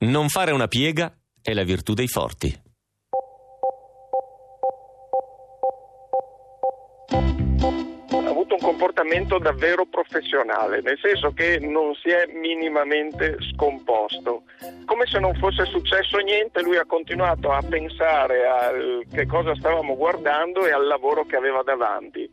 Non fare una piega è la virtù dei forti. Ha avuto un comportamento davvero professionale, nel senso che non si è minimamente scomposto. Come se non fosse successo niente, lui ha continuato a pensare a che cosa stavamo guardando e al lavoro che aveva davanti.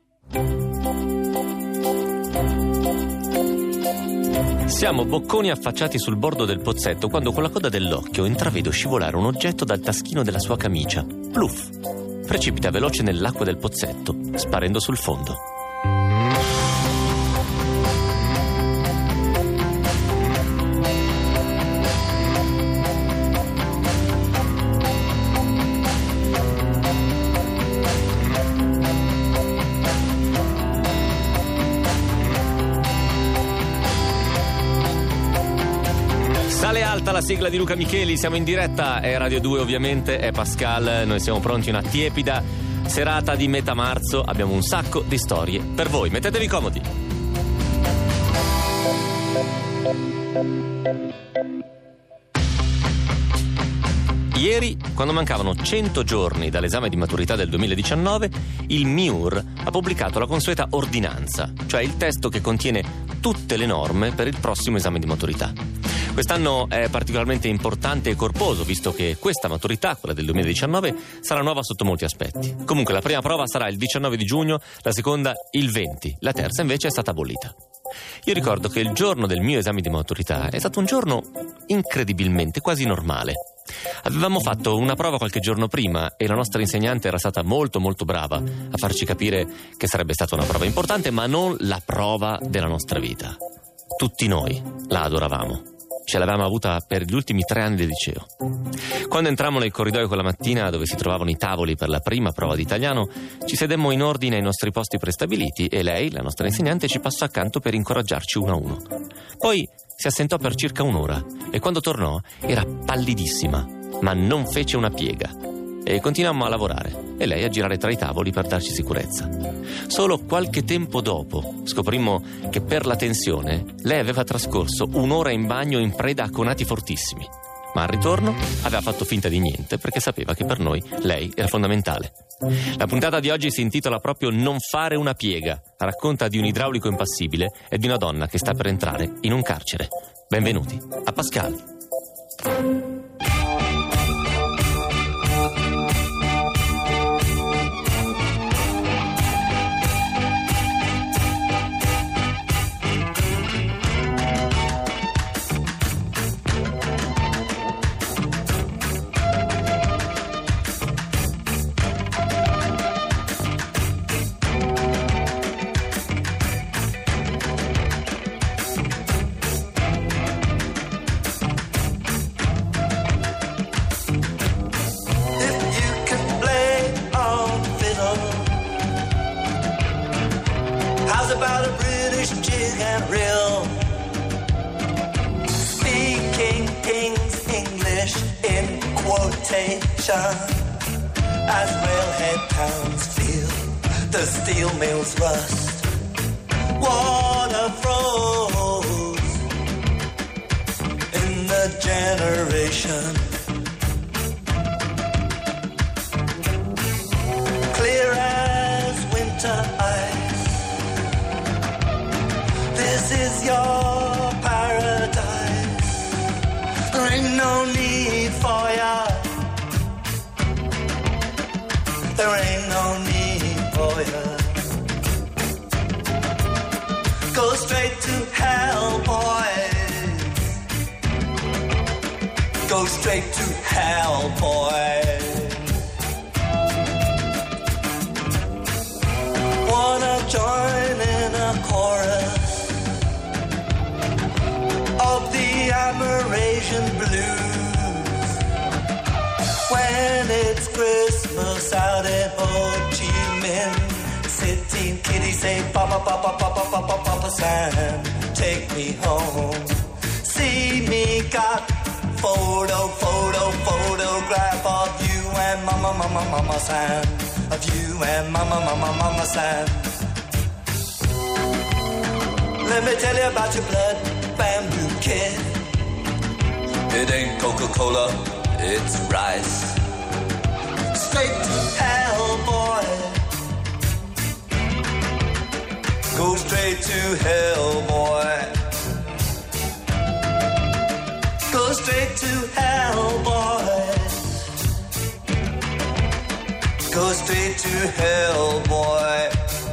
Siamo bocconi affacciati sul bordo del pozzetto quando con la coda dell'occhio intravedo scivolare un oggetto dal taschino della sua camicia. Pluff! Precipita veloce nell'acqua del pozzetto, sparendo sul fondo. Sale alta la sigla di Luca Micheli, siamo in diretta, è Radio 2 ovviamente, è Pascal, noi siamo pronti, una tiepida serata di metà marzo, abbiamo un sacco di storie per voi, mettetevi comodi. Ieri, quando mancavano 100 giorni dall'esame di maturità del 2019, il MIUR ha pubblicato la consueta ordinanza, cioè il testo che contiene tutte le norme per il prossimo esame di maturità. Quest'anno è particolarmente importante e corposo, visto che questa maturità, quella del 2019, sarà nuova sotto molti aspetti. Comunque la prima prova sarà il 19 di giugno, la seconda il 20, la terza invece è stata abolita. Io ricordo che il giorno del mio esame di maturità è stato un giorno incredibilmente quasi normale. Avevamo fatto una prova qualche giorno prima e la nostra insegnante era stata molto brava a farci capire che sarebbe stata una prova importante, ma non la prova della nostra vita. Tutti noi la adoravamo. Ce l'avevamo avuta per gli ultimi 3 anni del liceo. Quando entrammo nel corridoio quella mattina dove si trovavano i tavoli per la prima prova di italiano, ci sedemmo in ordine ai nostri posti prestabiliti e lei, la nostra insegnante, ci passò accanto per incoraggiarci uno a uno. Poi si assentò per circa un'ora e quando tornò era pallidissima, ma non fece una piega. E continuammo a lavorare e lei a girare tra i tavoli per darci sicurezza. Solo qualche tempo dopo scoprimmo che per la tensione lei aveva trascorso un'ora in bagno in preda a conati fortissimi, ma al ritorno aveva fatto finta di niente perché sapeva che per noi lei era fondamentale. La puntata di oggi si intitola proprio Non fare una piega, racconta di un idraulico impassibile e di una donna che sta per entrare in un carcere. Benvenuti a Pascal. About a British jig and reel, speaking King's English in quotation, as railhead towns feel the steel mills rust, water froze in the generation, clear as winter ice. This is your paradise. There ain't no need for ya. There ain't no need for ya. Go straight to hell, boys. Go straight to hell, boys. Wanna join in a chorus of the Amerasian blues when it's Christmas out in Ho Chi Minh City. Kitties say Papa, Papa, Papa, Papa, Papa Sam, take me home. See me got photograph of you and Mama Sam, of you and Mama Sam. Let me tell you about your blood bamboo kid. It ain't Coca-Cola, it's rice. Straight to hell, boy. Go straight to hell, boy. Go straight to hell, boy. Go straight to hell, boy.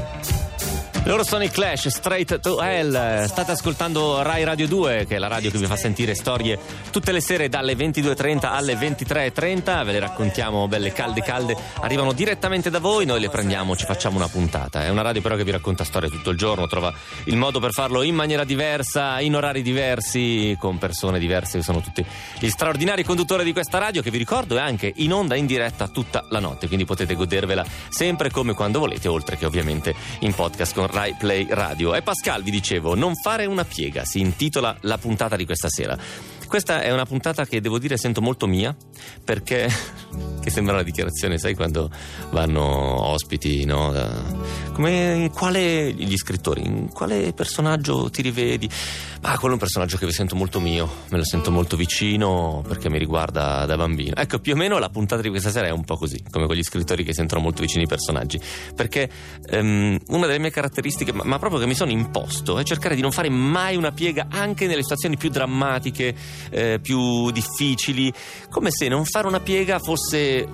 Loro sono i Clash, Straight to Hell. State ascoltando Rai Radio 2, che è la radio che vi fa sentire storie tutte le sere dalle 22.30 alle 23.30. Ve le raccontiamo belle calde, arrivano direttamente da voi, noi le prendiamo, ci facciamo una puntata. È una radio però che vi racconta storie tutto il giorno, trova il modo per farlo in maniera diversa, in orari diversi, con persone diverse, che sono tutti gli straordinari conduttori di questa radio, che vi ricordo è anche in onda in diretta tutta la notte, quindi potete godervela sempre come quando volete, oltre che ovviamente in podcast con Rai Play Radio. E Pascal, vi dicevo, non fare una piega, si intitola la puntata di questa sera. Questa è una puntata che devo dire sento molto mia, perché che sembra una dichiarazione, sai, quando vanno ospiti, no? Come in quale gli scrittori, in quale personaggio ti rivedi? Ma quello è un personaggio che vi sento molto mio, me lo sento molto vicino perché mi riguarda da bambino. Ecco, più o meno la puntata di questa sera è un po' così, come con gli scrittori che sentono molto vicini i personaggi, perché una delle mie caratteristiche, ma proprio che mi sono imposto, è cercare di non fare mai una piega anche nelle situazioni più drammatiche, più difficili, come se non fare una piega fosse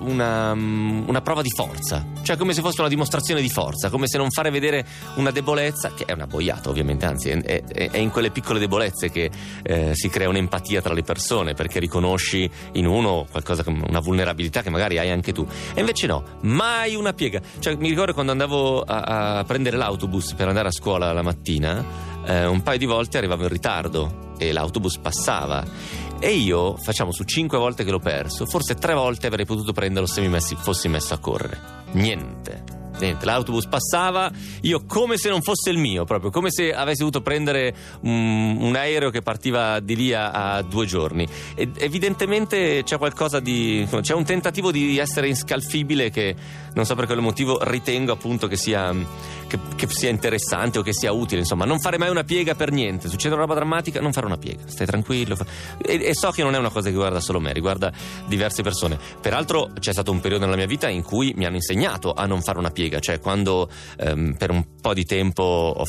una prova di forza, cioè come se fosse una dimostrazione di forza, come se non fare vedere una debolezza, che è una boiata ovviamente, anzi è in quelle piccole debolezze che si crea un'empatia tra le persone, perché riconosci in uno qualcosa, una vulnerabilità che magari hai anche tu. E invece no, mai una piega. Cioè, mi ricordo quando andavo a prendere l'autobus per andare a scuola la mattina, un paio di volte arrivavo in ritardo e l'autobus passava, e io, facciamo su 5 volte che l'ho perso, forse 3 volte avrei potuto prenderlo se fossi messo a correre. Niente, l'autobus passava, io come se non fosse il mio, proprio come se avessi dovuto prendere un aereo che partiva di lì a 2 giorni. E evidentemente c'è c'è un tentativo di essere inscalfibile che non so per quale motivo ritengo appunto che sia interessante o che sia utile. Insomma, non fare mai una piega per niente. Succede una roba drammatica, non fare una piega, stai tranquillo. E so che non è una cosa che riguarda solo me, riguarda diverse persone. Peraltro c'è stato un periodo nella mia vita in cui mi hanno insegnato a non fare una piega, cioè quando per un po' di tempo ho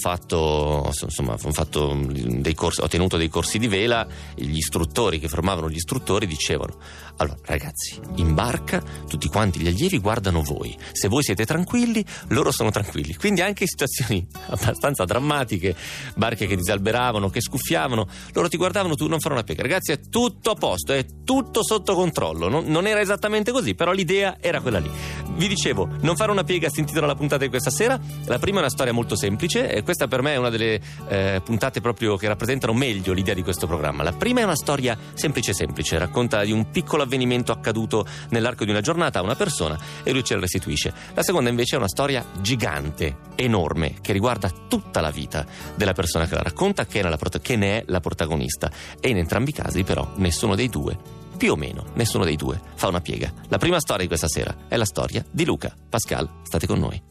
tenuto dei corsi di vela, gli istruttori che formavano gli istruttori dicevano: allora ragazzi, in barca tutti quanti gli allievi guardano voi, se voi siete tranquilli loro sono tranquilli. Quindi anche in situazioni abbastanza drammatiche, barche che disalberavano, che scuffiavano, loro ti guardavano, tu non fare una piega, ragazzi, è tutto a posto, è tutto sotto controllo. Non era esattamente così, però l'idea era quella lì. Vi dicevo, non fare una piega si intitola la puntata di questa sera. La prima è una storia molto semplice, e questa per me è una delle puntate proprio che rappresentano meglio l'idea di questo programma. La prima è una storia semplice, racconta di un piccolo avvenimento accaduto nell'arco di una giornata a una persona e lui ce la restituisce. La seconda invece è una storia gigante, enorme, che riguarda tutta la vita della persona che la racconta, che ne è la protagonista, e in entrambi i casi però nessuno dei due, più o meno nessuno dei due, fa una piega. La prima storia di questa sera è la storia di Luca. Pascal, state con noi.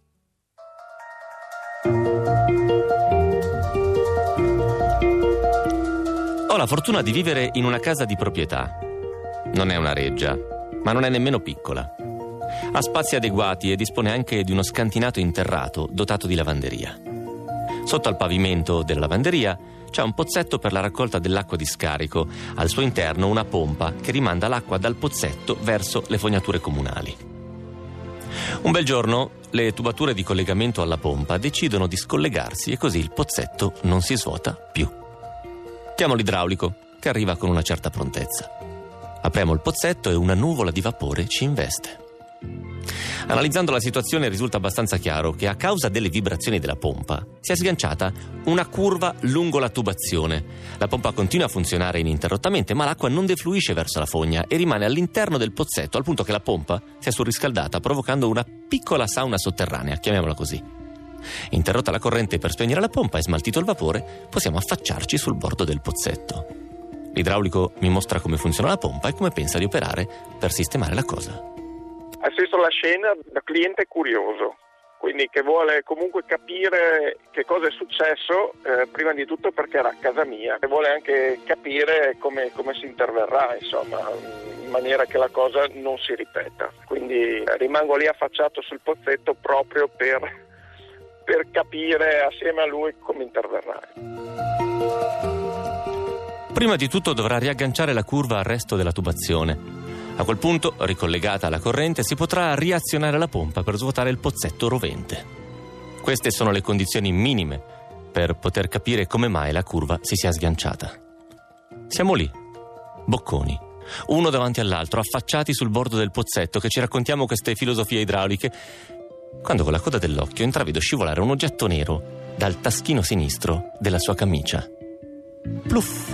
Ho la fortuna di vivere in una casa di proprietà. Non è una reggia, ma non è nemmeno piccola. Ha spazi adeguati e dispone anche di uno scantinato interrato dotato di lavanderia. Sotto al pavimento della lavanderia c'è un pozzetto per la raccolta dell'acqua di scarico, al suo interno una pompa che rimanda l'acqua dal pozzetto verso le fognature comunali. Un bel giorno le tubature di collegamento alla pompa decidono di scollegarsi e così il pozzetto non si svuota più. Chiamo l'idraulico, che arriva con una certa prontezza. Apriamo il pozzetto e una nuvola di vapore ci investe. Analizzando la situazione risulta abbastanza chiaro che a causa delle vibrazioni della pompa si è sganciata una curva lungo la tubazione. La pompa continua a funzionare ininterrottamente, ma l'acqua non defluisce verso la fogna e rimane all'interno del pozzetto, al punto che la pompa si è surriscaldata, provocando una piccola sauna sotterranea, chiamiamola così. Interrotta la corrente per spegnere la pompa e smaltito il vapore, possiamo affacciarci sul bordo del pozzetto. L'idraulico mi mostra come funziona la pompa e come pensa di operare per sistemare la cosa. Assisto alla scena da cliente curioso quindi che vuole comunque capire che cosa è successo, prima di tutto perché era a casa mia, e vuole anche capire come si interverrà, insomma, in maniera che la cosa non si ripeta. Quindi rimango lì affacciato sul pozzetto proprio per capire assieme a lui come interverrà. Prima di tutto dovrà riagganciare la curva al resto della tubazione. A quel punto, ricollegata alla corrente, si potrà riazionare la pompa per svuotare il pozzetto rovente. Queste sono le condizioni minime per poter capire come mai la curva si sia sganciata. Siamo lì, bocconi, uno davanti all'altro, affacciati sul bordo del pozzetto, che ci raccontiamo queste filosofie idrauliche, quando con la coda dell'occhio intravedo scivolare un oggetto nero dal taschino sinistro della sua camicia. Pluff!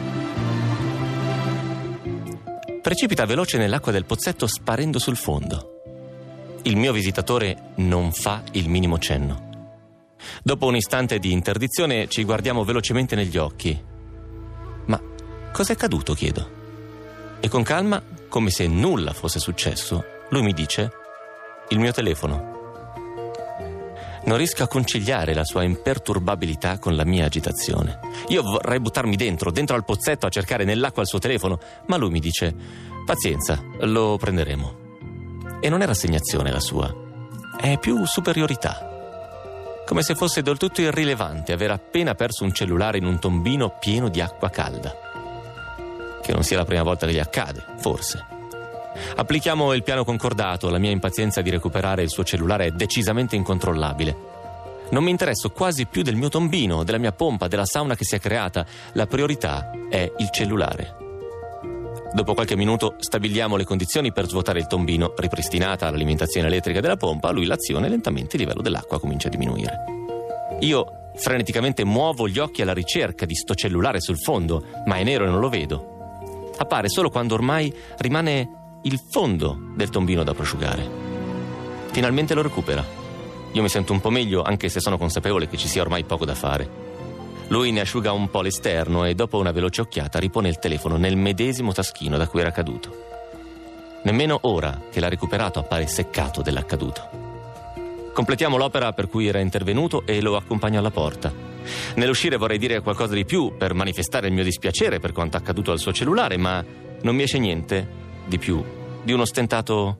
Precipita veloce nell'acqua del pozzetto, sparendo sul fondo. Il mio visitatore non fa il minimo cenno. Dopo un istante di interdizione ci guardiamo velocemente negli occhi. Ma cos'è accaduto, chiedo. E con calma, come se nulla fosse successo, lui mi dice: il mio telefono. Non riesco a conciliare la sua imperturbabilità con la mia agitazione. Io vorrei buttarmi dentro al pozzetto a cercare nell'acqua il suo telefono, ma lui mi dice: pazienza, lo prenderemo. E non è rassegnazione la sua, è più superiorità. Come se fosse del tutto irrilevante aver appena perso un cellulare in un tombino pieno di acqua calda. Che non sia la prima volta che gli accade, forse. Applichiamo il piano concordato, la mia impazienza di recuperare il suo cellulare è decisamente incontrollabile. Non mi interesso quasi più del mio tombino, della mia pompa, della sauna che si è creata. La priorità è il cellulare. Dopo qualche minuto stabiliamo le condizioni per svuotare il tombino. Ripristinata l'alimentazione elettrica della pompa, a lui l'azione, lentamente il livello dell'acqua comincia a diminuire. Io freneticamente muovo gli occhi alla ricerca di sto cellulare sul fondo, ma è nero e non lo vedo. Appare solo quando ormai rimane il fondo del tombino da prosciugare. Finalmente lo recupera. Io mi sento un po' meglio, anche se sono consapevole che ci sia ormai poco da fare. Lui ne asciuga un po' l'esterno e dopo una veloce occhiata ripone il telefono nel medesimo taschino da cui era caduto. Nemmeno ora che l'ha recuperato appare seccato dell'accaduto. Completiamo l'opera per cui era intervenuto e lo accompagno alla porta. Nell'uscire vorrei dire qualcosa di più per manifestare il mio dispiacere per quanto accaduto al suo cellulare, ma non mi esce niente di più di uno stentato: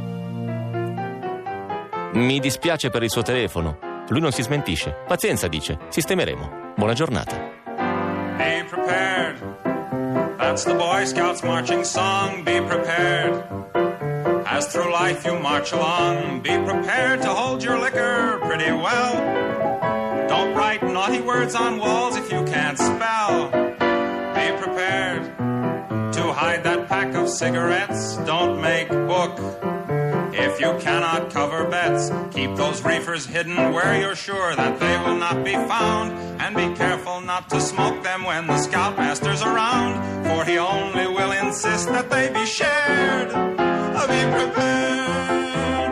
mi dispiace per il suo telefono. Lui non si smentisce. Pazienza, dice, sistemeremo. Buona giornata. Be prepared. That's the Boy Scouts marching song. Be prepared. As through life you march along, be prepared to hold your liquor pretty well. Don't write naughty words on walls if you can't spell. Be prepared to hide that pack of cigarettes. Don't make book if you cannot cover bets. Keep those reefers hidden where you're sure that they will not be found. And be careful not to smoke them when the scoutmaster's around, for he only will insist that they be shared. Be prepared.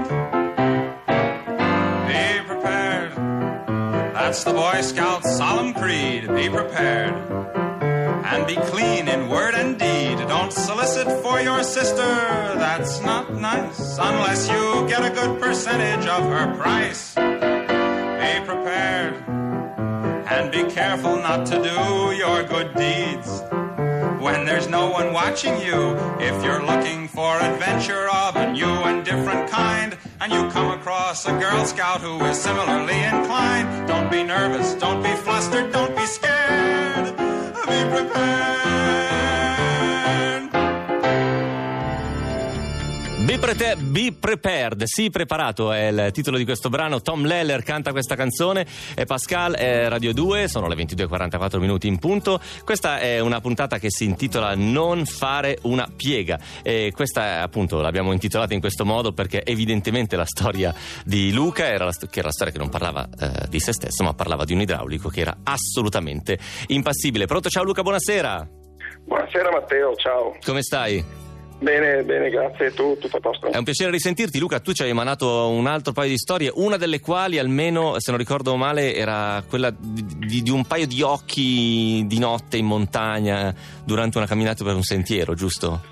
Be prepared. That's the Boy Scout's solemn creed. Be prepared. And be clean in word and deed. Don't solicit for your sister. That's not nice unless you get a good percentage of her price. Be prepared. And be careful not to do your good deeds when there's no one watching you. If you're looking for adventure of a new and different kind, and you come across a Girl Scout who is similarly inclined, don't be nervous, don't be flustered, don't be scared. Be prepared. Be prepared, sii preparato è il titolo di questo brano. Tom Lehrer canta questa canzone, è Pascal, è Radio 2, sono le 22:44 minuti in punto. Questa è una puntata che si intitola Non fare una piega, e questa appunto l'abbiamo intitolata in questo modo perché evidentemente la storia di Luca era la storia che non parlava di se stesso, ma parlava di un idraulico che era assolutamente impassibile. Pronto? Ciao Luca, buonasera. Buonasera Matteo, ciao. Come stai? Bene, grazie. Tu, tutto a posto? È un piacere risentirti, Luca. Tu ci hai emanato un altro paio di storie, una delle quali, almeno se non ricordo male, era quella di un paio di occhi di notte in montagna durante una camminata per un sentiero, giusto? Sì,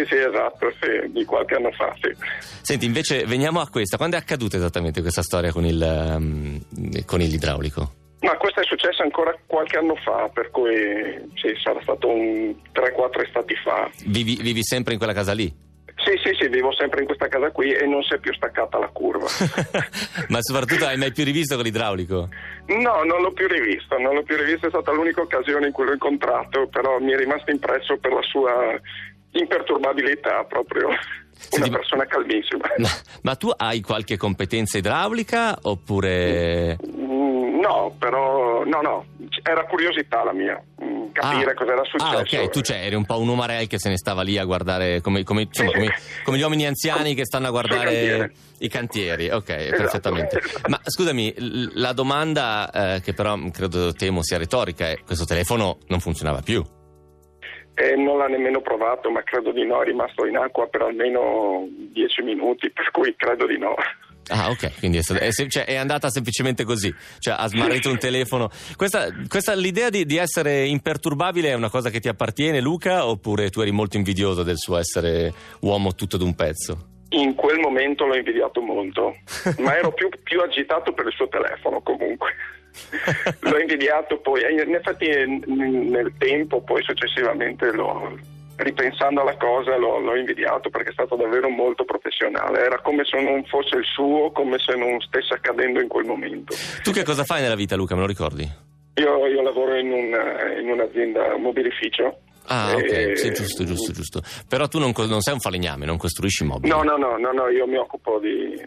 esatto, sì, di qualche anno fa, sì. Senti, invece veniamo a questa. Quando è accaduta esattamente questa storia con l'idraulico? Ma questa è successa ancora qualche anno fa, per cui sì, sarà stato 3-4 estati fa. Vivi sempre in quella casa lì? Sì, vivo sempre in questa casa qui e non si è più staccata la curva. Ma soprattutto hai mai più rivisto con l'idraulico? No, non l'ho più rivisto, è stata l'unica occasione in cui l'ho incontrato, però mi è rimasto impresso per la sua imperturbabilità, proprio una persona calmissima. Ma tu hai qualche competenza idraulica oppure... No, però no, era curiosità la mia, capire cosa era successo. Ok, tu eri un po' un umarell che se ne stava lì a guardare come gli uomini anziani che stanno a guardare i cantieri. Ok, esatto, perfettamente. Esatto. Ma scusami, la domanda che però temo sia retorica è: questo telefono non funzionava più? Non l'ha nemmeno provato, ma credo di no, è rimasto in acqua per almeno 10 minuti, per cui credo di no. Ah, ok, quindi è andata semplicemente così, cioè ha smarrito un telefono. Questa l'idea di essere imperturbabile è una cosa che ti appartiene, Luca, oppure tu eri molto invidioso del suo essere uomo tutto d'un pezzo? In quel momento l'ho invidiato molto, ma ero più agitato per il suo telefono comunque. L'ho invidiato poi, in effetti nel tempo, poi successivamente ripensando alla cosa l'ho invidiato, perché è stato davvero molto professionale, era come se non fosse il suo, come se non stesse accadendo in quel momento. Tu che cosa fai nella vita, Luca, me lo ricordi? Io lavoro in un'azienda, un mobilificio. Ah, ok, sì, giusto. Però tu non sei un falegname, non costruisci mobili. No, io mi occupo di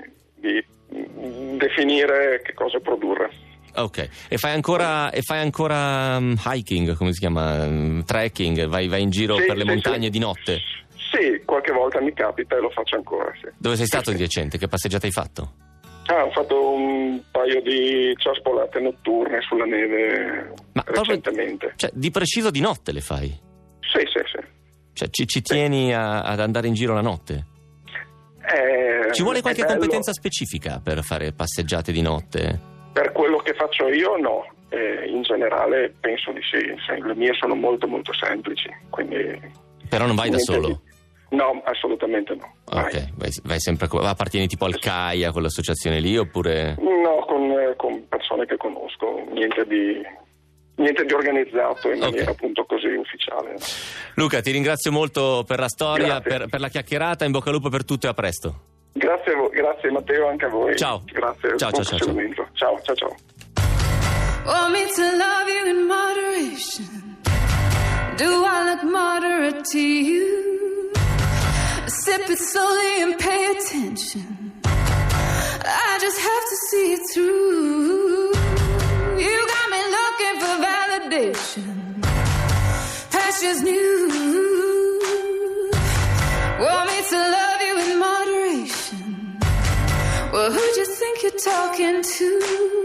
definire che cosa produrre. Ok, e fai ancora hiking, come si chiama? Trekking, vai in giro per le montagne di notte? Sì, qualche volta mi capita e lo faccio ancora, sì. Dove sei stato di recente? Che passeggiata hai fatto? Ho fatto un paio di ciaspolate notturne sulla neve recentemente. Proprio, di preciso di notte le fai? Sì. Cioè ci tieni ad andare in giro la notte? Ci vuole qualche competenza specifica per fare passeggiate di notte? Per quello che faccio io no, in generale penso di sì, le mie sono molto molto semplici, quindi... Però non vai da solo? No, assolutamente no. Ok, vai sempre, appartieni tipo al CAIA, con l'associazione lì, oppure... No, con persone che conosco, niente di organizzato in maniera appunto così ufficiale. Luca, ti ringrazio molto per la storia, per la chiacchierata, in bocca al lupo per tutto e a presto. Grazie Matteo, anche a voi. Ciao. Grazie. Ciao. Ciao. Want me to love you in moderation? Do I look moderate to you? Sip it slowly and pay attention. I just have to see it through. You got me looking for validation. Pastures new. Want me to love you in moderation? Well, who'd you think you're talking to?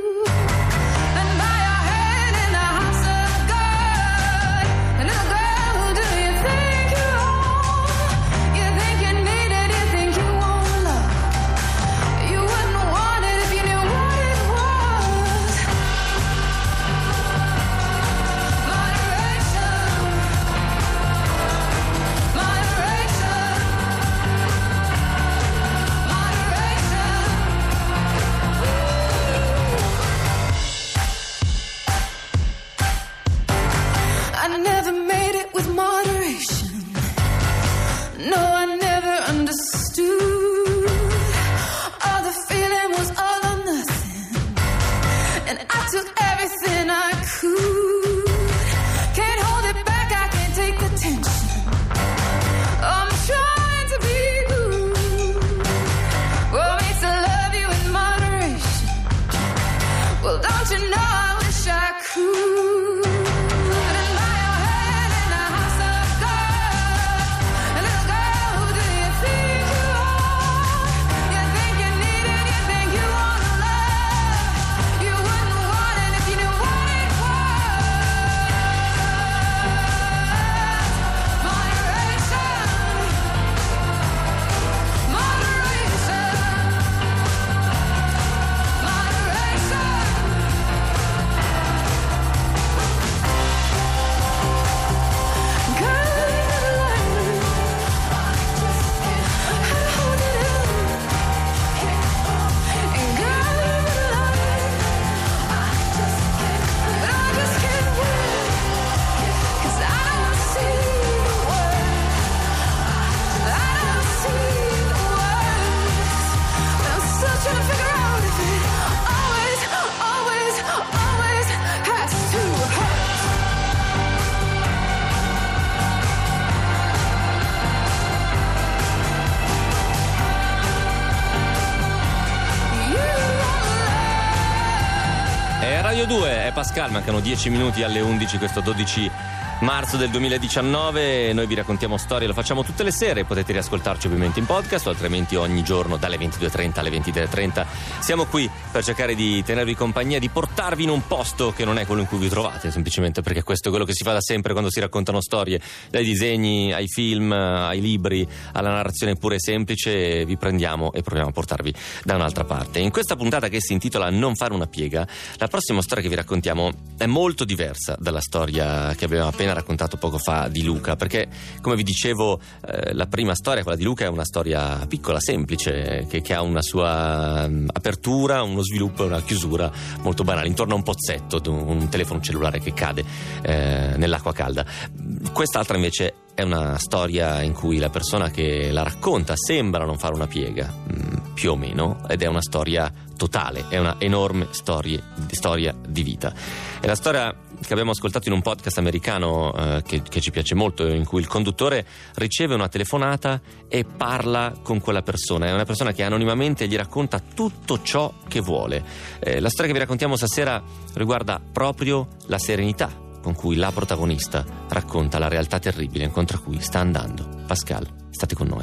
Radio 2 è Pascal, mancano 10 minuti alle 11 questo 12 marzo del 2019. Noi vi raccontiamo storie, lo facciamo tutte le sere, potete riascoltarci ovviamente in podcast o altrimenti ogni giorno dalle 22.30 alle 23.30. Siamo qui per cercare di tenervi compagnia, di portarvi in un posto che non è quello in cui vi trovate, semplicemente perché questo è quello che si fa da sempre quando si raccontano storie, dai disegni ai film, ai libri, alla narrazione pura e semplice. Vi prendiamo e proviamo a portarvi da un'altra parte. In questa puntata, che si intitola Non fare una piega, la prossima storia che vi raccontiamo è molto diversa dalla storia che abbiamo appena raccontato poco fa di Luca, perché come vi dicevo la prima storia, quella di Luca, è una storia piccola, semplice, che ha una sua apertura, uno sviluppo e una chiusura molto banale, intorno a un pozzetto, un telefono cellulare che cade nell'acqua calda. Quest'altra invece è una storia in cui la persona che la racconta sembra non fare una piega, più o meno, ed è una storia totale, è una enorme storia di vita. È la storia che abbiamo ascoltato in un podcast americano che ci piace molto, in cui il conduttore riceve una telefonata e parla con quella persona. È una persona che anonimamente gli racconta tutto ciò che vuole. La storia che vi raccontiamo stasera riguarda proprio la serenità con cui la protagonista racconta la realtà terribile incontro a cui sta andando. Pascal, state con noi.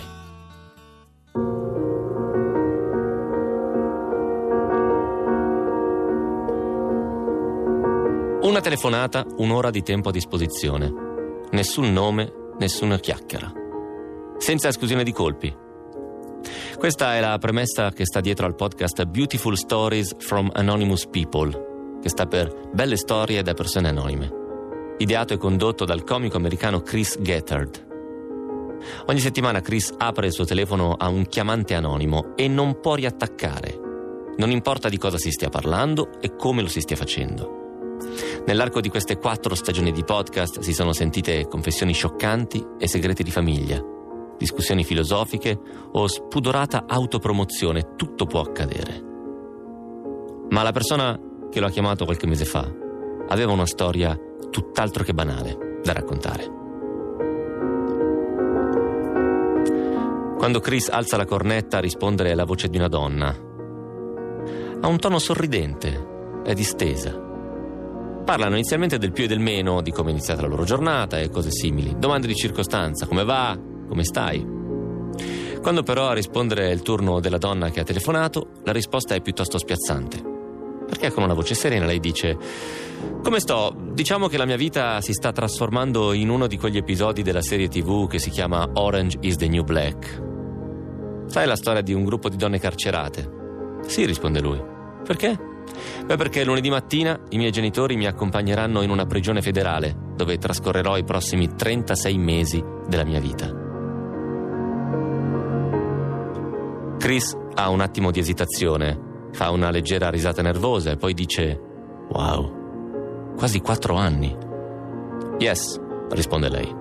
Una telefonata, un'ora di tempo a disposizione. Nessun nome, nessuna chiacchiera. Senza esclusione di colpi. Questa è la premessa che sta dietro al podcast Beautiful Stories from Anonymous People, che sta per Belle storie da persone anonime. Ideato e condotto dal comico americano Chris Gethard. Ogni settimana Chris apre il suo telefono a un chiamante anonimo e non può riattaccare. Non importa di cosa si stia parlando e come lo si stia facendo. Nell'arco di queste 4 stagioni di podcast si sono sentite confessioni scioccanti e segreti di famiglia, discussioni filosofiche o spudorata autopromozione. Tutto può accadere. Ma la persona che lo ha chiamato qualche mese fa aveva una storia tutt'altro che banale da raccontare. Quando Chris alza la cornetta a rispondere alla voce di una donna, ha un tono sorridente e distesa. Parlano inizialmente del più e del meno, di come è iniziata la loro giornata e cose simili, domande di circostanza, come va, come stai. Quando però a rispondere è il turno della donna che ha telefonato, la risposta è piuttosto spiazzante, perché con una voce serena lei dice: come sto? Diciamo che la mia vita si sta trasformando in uno di quegli episodi della serie TV che si chiama Orange is the New Black. Sai la storia di un gruppo di donne carcerate? Sì, risponde lui. Perché? Beh, perché lunedì mattina i miei genitori mi accompagneranno in una prigione federale dove trascorrerò i prossimi 36 mesi della mia vita. Chris ha un attimo di esitazione, fa una leggera risata nervosa e poi dice: wow, quasi 4 anni. Yes, risponde lei.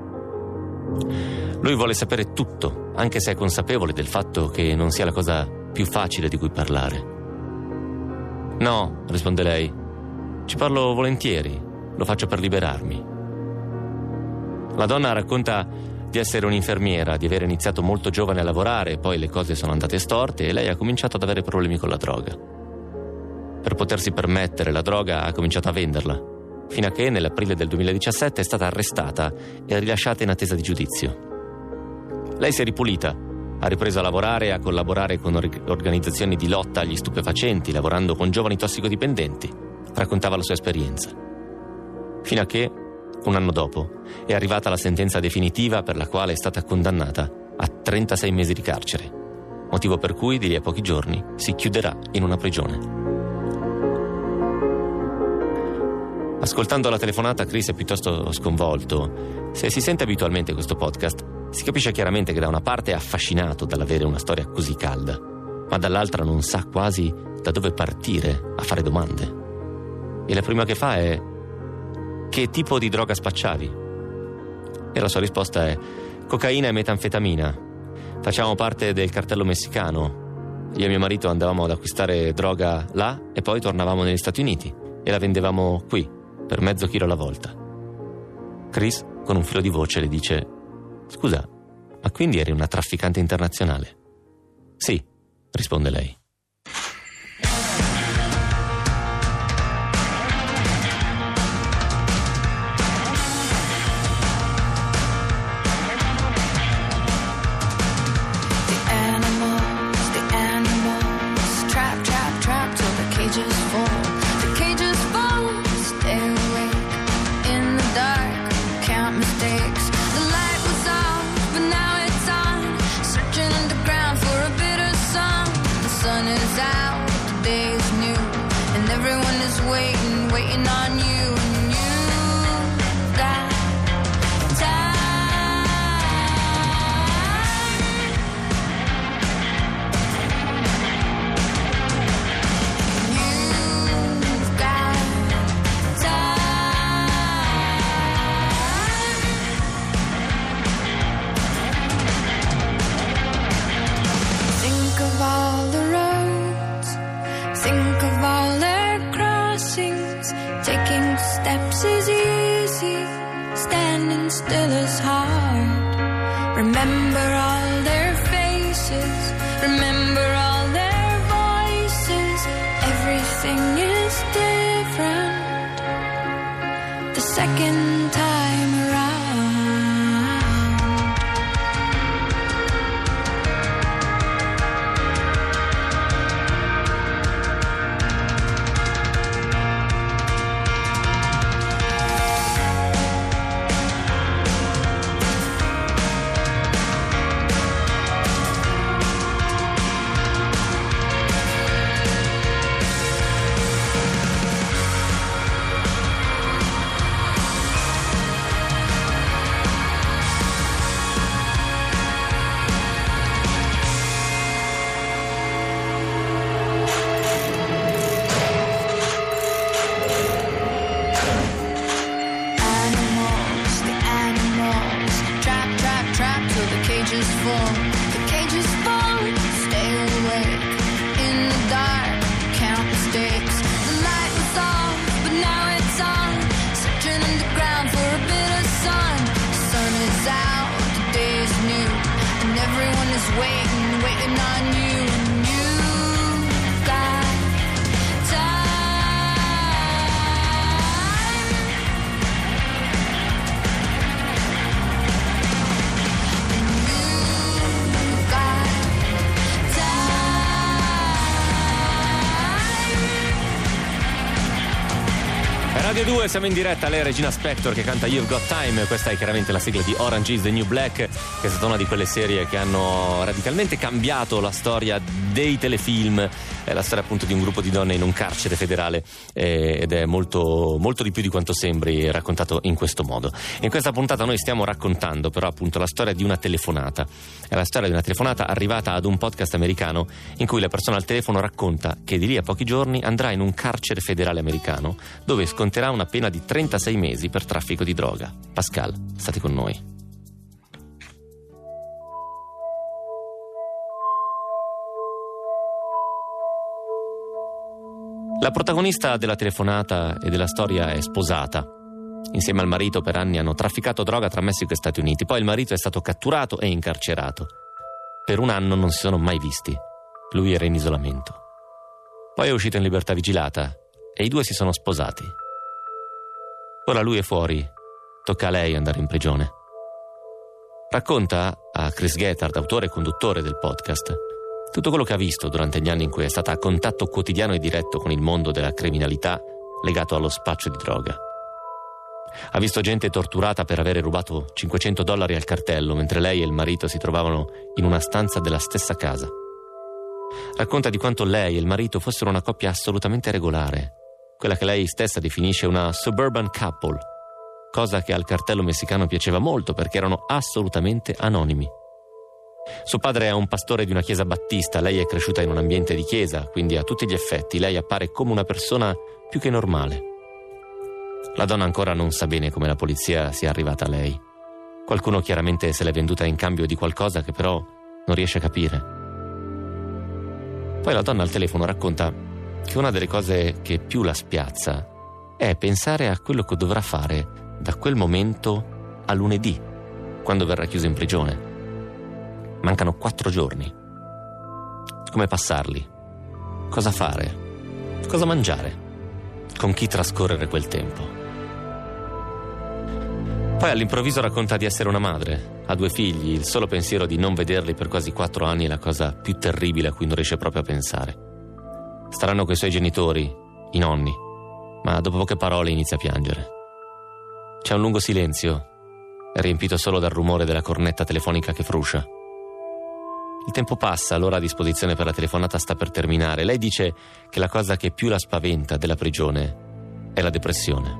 Lui vuole sapere tutto, anche se è consapevole del fatto che non sia la cosa più facile di cui parlare. No, risponde lei, ci parlo volentieri, lo faccio per liberarmi. La donna racconta di essere un'infermiera, di aver iniziato molto giovane a lavorare, poi le cose sono andate storte e lei ha cominciato ad avere problemi con la droga. Per potersi permettere la droga ha cominciato a venderla, fino a che nell'aprile del 2017 è stata arrestata e rilasciata in attesa di giudizio. Lei si è ripulita, ha ripreso a lavorare e a collaborare con organizzazioni di lotta agli stupefacenti, lavorando con giovani tossicodipendenti. Raccontava la sua esperienza. Fino a che, un anno dopo, è arrivata la sentenza definitiva per la quale è stata condannata a 36 mesi di carcere, motivo per cui di lì a pochi giorni si chiuderà in una prigione. Ascoltando la telefonata, Chris è piuttosto sconvolto. Se si sente abitualmente questo podcast, si capisce chiaramente che da una parte è affascinato dall'avere una storia così calda, ma dall'altra non sa quasi da dove partire a fare domande. E la prima che fa è: che tipo di droga spacciavi? E la sua risposta è: cocaina e metanfetamina. Facciamo parte del cartello messicano. Io e mio marito andavamo ad acquistare droga là e poi tornavamo negli Stati Uniti e la vendevamo qui per mezzo chilo alla volta. Chris, con un filo di voce, le dice: scusa, ma quindi eri una trafficante internazionale? Sì, risponde lei. Remember all their faces, remember all their voices. Everything is different the second time around. Waiting on you, and you've got time. You've got time. Radio 2, siamo in diretta, lei è Regina Spektor che canta You've Got Time. Questa è chiaramente la sigla di Orange is the New Black, che è stata una di quelle serie che hanno radicalmente cambiato la storia dei telefilm, la storia appunto di un gruppo di donne in un carcere federale, ed è molto, molto di più di quanto sembri raccontato in questo modo. In questa puntata noi stiamo raccontando però appunto la storia di una telefonata. È la storia di una telefonata arrivata ad un podcast americano in cui la persona al telefono racconta che di lì a pochi giorni andrà in un carcere federale americano dove sconterà una pena di 36 mesi per traffico di droga. Pascal, state con noi. La protagonista della telefonata e della storia è sposata. Insieme al marito per anni hanno trafficato droga tra Messico e Stati Uniti. Poi il marito è stato catturato e incarcerato. Per un anno non si sono mai visti. Lui era in isolamento. Poi è uscito in libertà vigilata e i due si sono sposati. Ora lui è fuori, tocca a lei andare in prigione. Racconta a Chris Gethard, autore e conduttore del podcast, tutto quello che ha visto durante gli anni in cui è stata a contatto quotidiano e diretto con il mondo della criminalità legato allo spaccio di droga. Ha visto gente torturata per avere rubato $500 al cartello, mentre lei e il marito si trovavano in una stanza della stessa casa. Racconta di quanto lei e il marito fossero una coppia assolutamente regolare, quella che lei stessa definisce una suburban couple, cosa che al cartello messicano piaceva molto perché erano assolutamente anonimi. Suo padre è un pastore di una chiesa battista, lei è cresciuta in un ambiente di chiesa, quindi a tutti gli effetti lei appare come una persona più che normale. La donna ancora non sa bene come la polizia sia arrivata a lei. Qualcuno chiaramente se l'è venduta in cambio di qualcosa che però non riesce a capire. Poi la donna al telefono racconta che una delle cose che più la spiazza è pensare a quello che dovrà fare da quel momento a lunedì, quando verrà chiuso in prigione. Mancano 4 giorni. Come passarli? Cosa fare? Cosa mangiare? Con chi trascorrere quel tempo? Poi all'improvviso racconta di essere una madre, ha 2 figli, il solo pensiero di non vederli per quasi 4 anni è la cosa più terribile a cui non riesce proprio a pensare. Staranno coi suoi genitori, i nonni, ma dopo poche parole inizia a piangere. C'è un lungo silenzio, è riempito solo dal rumore della cornetta telefonica che fruscia. Il tempo passa, l'ora a disposizione per la telefonata sta per terminare. Lei dice che la cosa che più la spaventa della prigione è la depressione.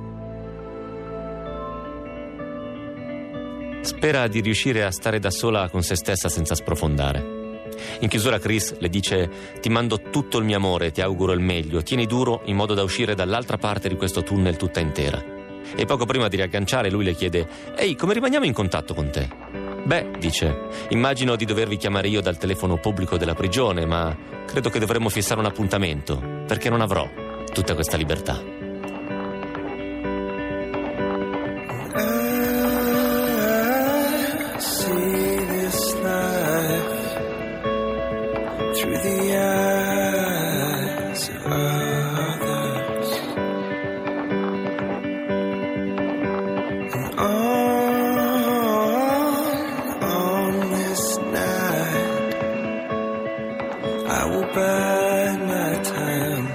Spera di riuscire a stare da sola con se stessa senza sprofondare. In chiusura Chris le dice: ti mando tutto il mio amore, ti auguro il meglio, tieni duro in modo da uscire dall'altra parte di questo tunnel tutta intera. E poco prima di riagganciare lui le chiede: ehi, come rimaniamo in contatto con te? Beh, dice, immagino di dovervi chiamare io dal telefono pubblico della prigione, ma credo che dovremmo fissare un appuntamento, perché non avrò tutta questa libertà. I see this will bide my time.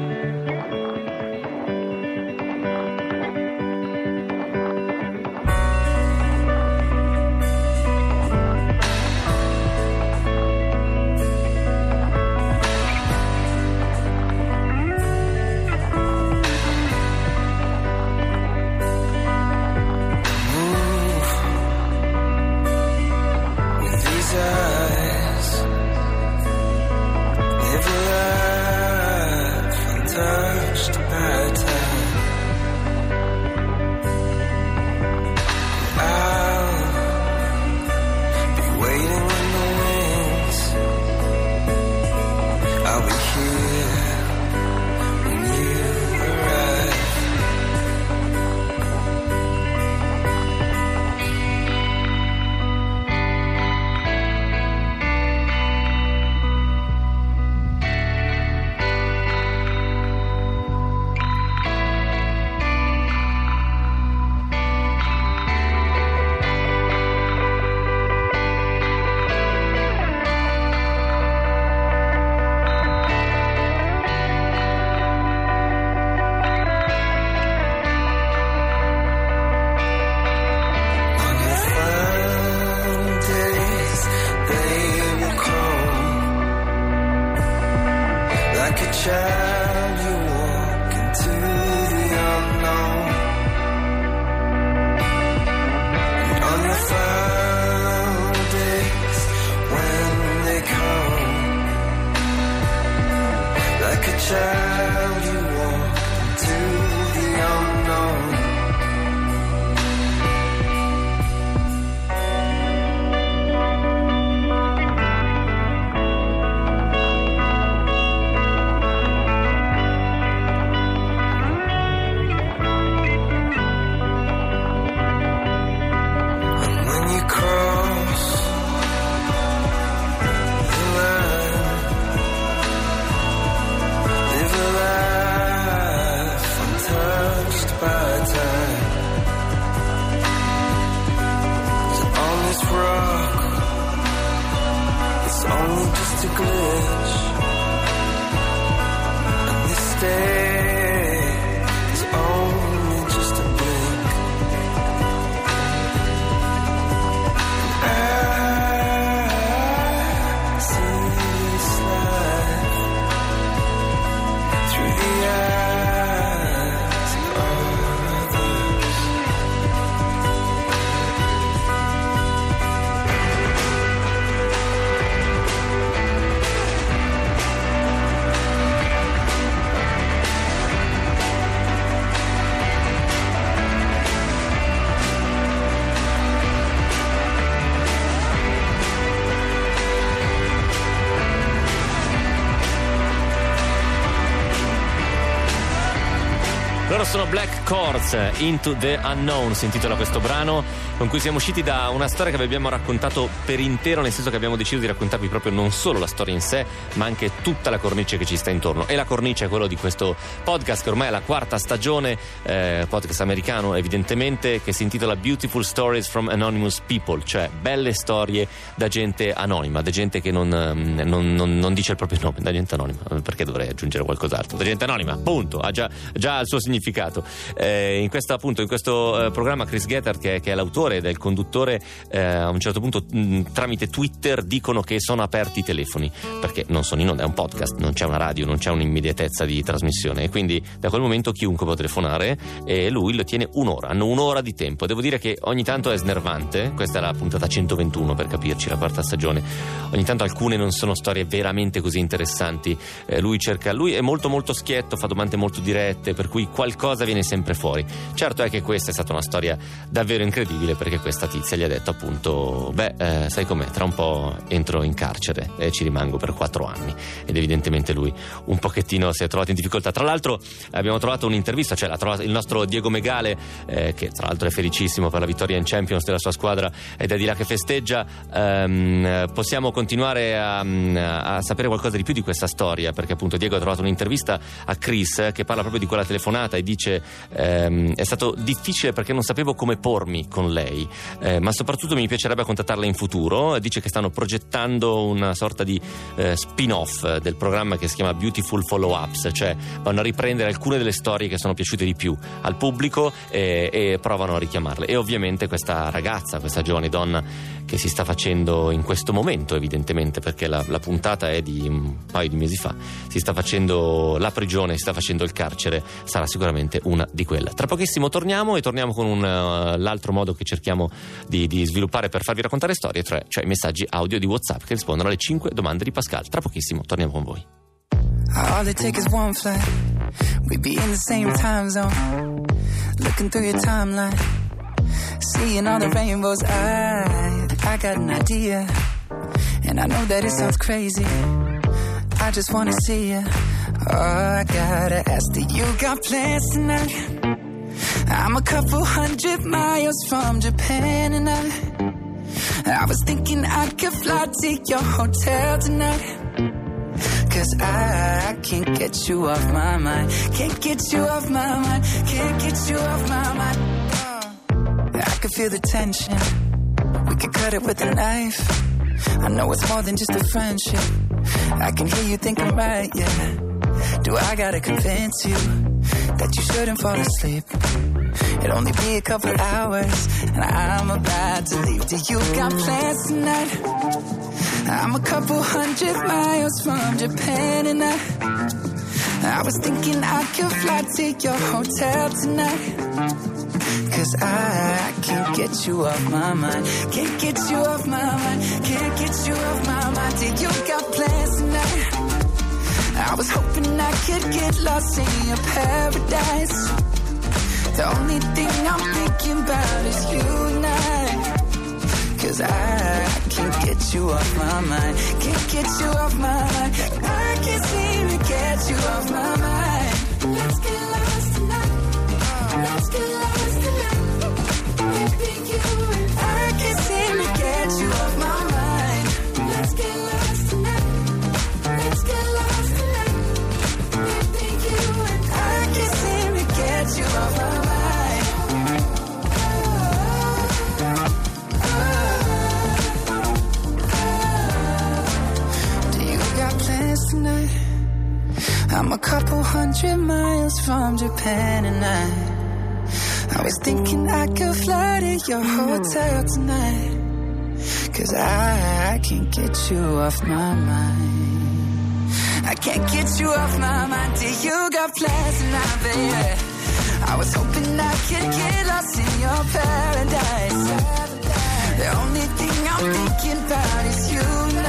Loro sono Black Chords, Into the Unknown si intitola questo brano, con cui siamo usciti da una storia che vi abbiamo raccontato per intero, nel senso che abbiamo deciso di raccontarvi proprio non solo la storia in sé, ma anche tutta la cornice che ci sta intorno. E la cornice è quello di questo podcast che ormai è la 4ª stagione, podcast americano evidentemente, che si intitola Beautiful Stories from Anonymous People, cioè belle storie da gente anonima, da gente che non dice il proprio nome, da gente anonima, perché dovrei aggiungere qualcos'altro, da gente anonima, punto, ha già il suo significato. In questo programma Chris Gethard, che è l'autore ed è il conduttore, a un certo punto tramite Twitter dicono che sono aperti i telefoni, perché non sono in onda, è un podcast, non c'è una radio, non c'è un'immediatezza di trasmissione, e quindi da quel momento chiunque può telefonare, e lui lo tiene un'ora, hanno un'ora di tempo. Devo dire che ogni tanto è snervante, questa è la puntata 121 per capirci, la 4ª stagione, ogni tanto alcune non sono storie veramente così interessanti, lui è molto molto schietto, fa domande molto dirette, per cui qualcosa viene sempre fuori. Certo è che questa è stata una storia davvero incredibile, perché questa tizia gli ha detto appunto sai com'è, tra un po' entro in carcere e ci rimango per 4 anni, ed evidentemente lui un pochettino si è trovato in difficoltà. Tra l'altro abbiamo trovato un'intervista, cioè l'ha trovato il nostro Diego Megale, che tra l'altro è felicissimo per la vittoria in Champions della sua squadra ed è di là che festeggia. Possiamo continuare a sapere qualcosa di più di questa storia, perché appunto Diego ha trovato un'intervista a Chris che parla proprio di quella telefonata e dice è stato difficile perché non sapevo come pormi con lei, ma soprattutto mi piacerebbe contattarla in futuro. Dice che stanno progettando una sorta di spin-off del programma che si chiama Beautiful Follow-Ups, cioè vanno a riprendere alcune delle storie che sono piaciute di più al pubblico e provano a richiamarle. E ovviamente questa ragazza, questa giovane donna che si sta facendo in questo momento, evidentemente perché la puntata è di un paio di mesi fa, si sta facendo la prigione, si sta facendo il carcere, sarà sicuramente una di quelle. Tra pochissimo torniamo con l'altro modo che cerchiamo di sviluppare per farvi raccontare storie, cioè i messaggi audio di WhatsApp che rispondono alle 5 domande di Pascal. Tra pochissimo torniamo con voi. All it takes is one flight, we'd be in the same time zone, looking through your timeline, seeing all the rainbows. I got an idea, and I know that it sounds crazy, I just wanna see you. Oh, I gotta ask, do you got plans tonight? I'm a couple 100 miles from Japan, and I was thinking I could fly to your hotel tonight, 'cause I can't get you off my mind, can't get you off my mind, can't get you off my mind. I can feel the tension, we could cut it with a knife, I know it's more than just a friendship, I can hear you thinking right, yeah. Do I gotta convince you that you shouldn't fall asleep? It'll only be a couple hours and I'm about to leave. Do you got plans tonight? I'm a couple 100 miles from Japan, and I was thinking I could fly to your hotel tonight, 'cause I can't get you off my mind, can't get you off my mind, can't get you off my mind. Do you got plans tonight? I was hoping I could get lost in your paradise. The only thing I'm thinking about is you and I, 'cause I can't get you off my mind, can't get you off my mind, I can't seem to get you off my mind. Let's get lost tonight, let's get lost tonight, baby, you and I can't seem to get you off my mind. Let's get lost tonight, let's get lost tonight, baby, you and I can't seem to get you off my mind. Tonight, I'm a couple 100 miles from Japan, and I was thinking I could fly to your hotel tonight, 'cause I can't get you off my mind, I can't get you off my mind. Do you got plans tonight, baby? I was hoping I could get lost in your paradise. The only thing I'm thinking about is you and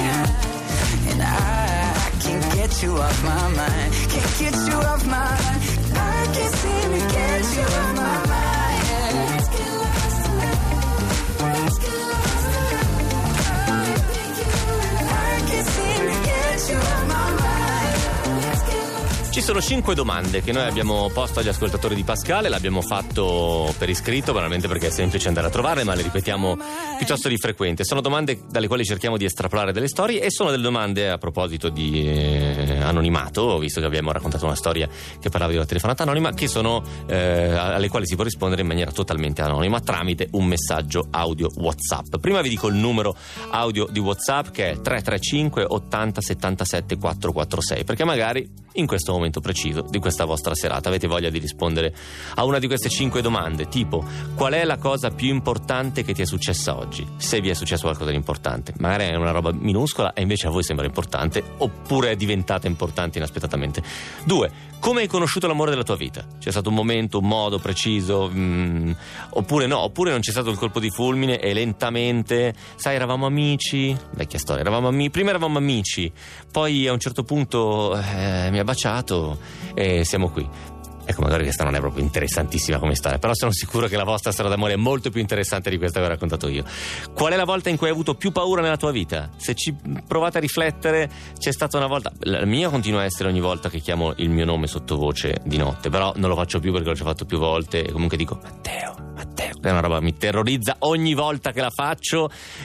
I can't get you off my mind, can't get you off my mind, I can't seem to get you off my mind. Let's get lost tonight, let's get lost tonight, I can't seem to get you off my mind. Let's get lost. Ci sono 5 domande che noi abbiamo posto agli ascoltatori di Pascal, l'abbiamo fatto per iscritto, banalmente perché è semplice andare a trovarle, ma le ripetiamo piuttosto di frequente. Sono domande dalle quali cerchiamo di estrapolare delle storie, e sono delle domande a proposito di anonimato, visto che abbiamo raccontato una storia che parlava di una telefonata anonima, che sono alle quali si può rispondere in maniera totalmente anonima tramite un messaggio audio WhatsApp. Prima vi dico il numero audio di WhatsApp, che è 335 80 77 446, perché magari in questo momento preciso di questa vostra serata avete voglia di rispondere a una di queste 5 domande, tipo: qual è la cosa più importante che ti è successa oggi? Se vi è successo qualcosa di importante, magari è una roba minuscola e invece a voi sembra importante, oppure è diventata importante inaspettatamente. 2. Come hai conosciuto l'amore della tua vita? C'è stato un momento, un modo preciso, oppure no, oppure non c'è stato il colpo di fulmine e lentamente, sai, eravamo amici, vecchia storia, prima eravamo amici, poi a un certo punto mi ha baciato e siamo qui. Ecco, magari questa non è proprio interessantissima come storia, però sono sicuro che la vostra storia d'amore è molto più interessante di questa che ho raccontato io. Qual è la volta in cui hai avuto più paura nella tua vita? Se ci provate a riflettere, c'è stata una volta, la mia continua a essere ogni volta che chiamo il mio nome sottovoce di notte, però non lo faccio più perché l'ho già fatto più volte, e comunque dico Matteo, è una roba che mi terrorizza ogni volta che la faccio, e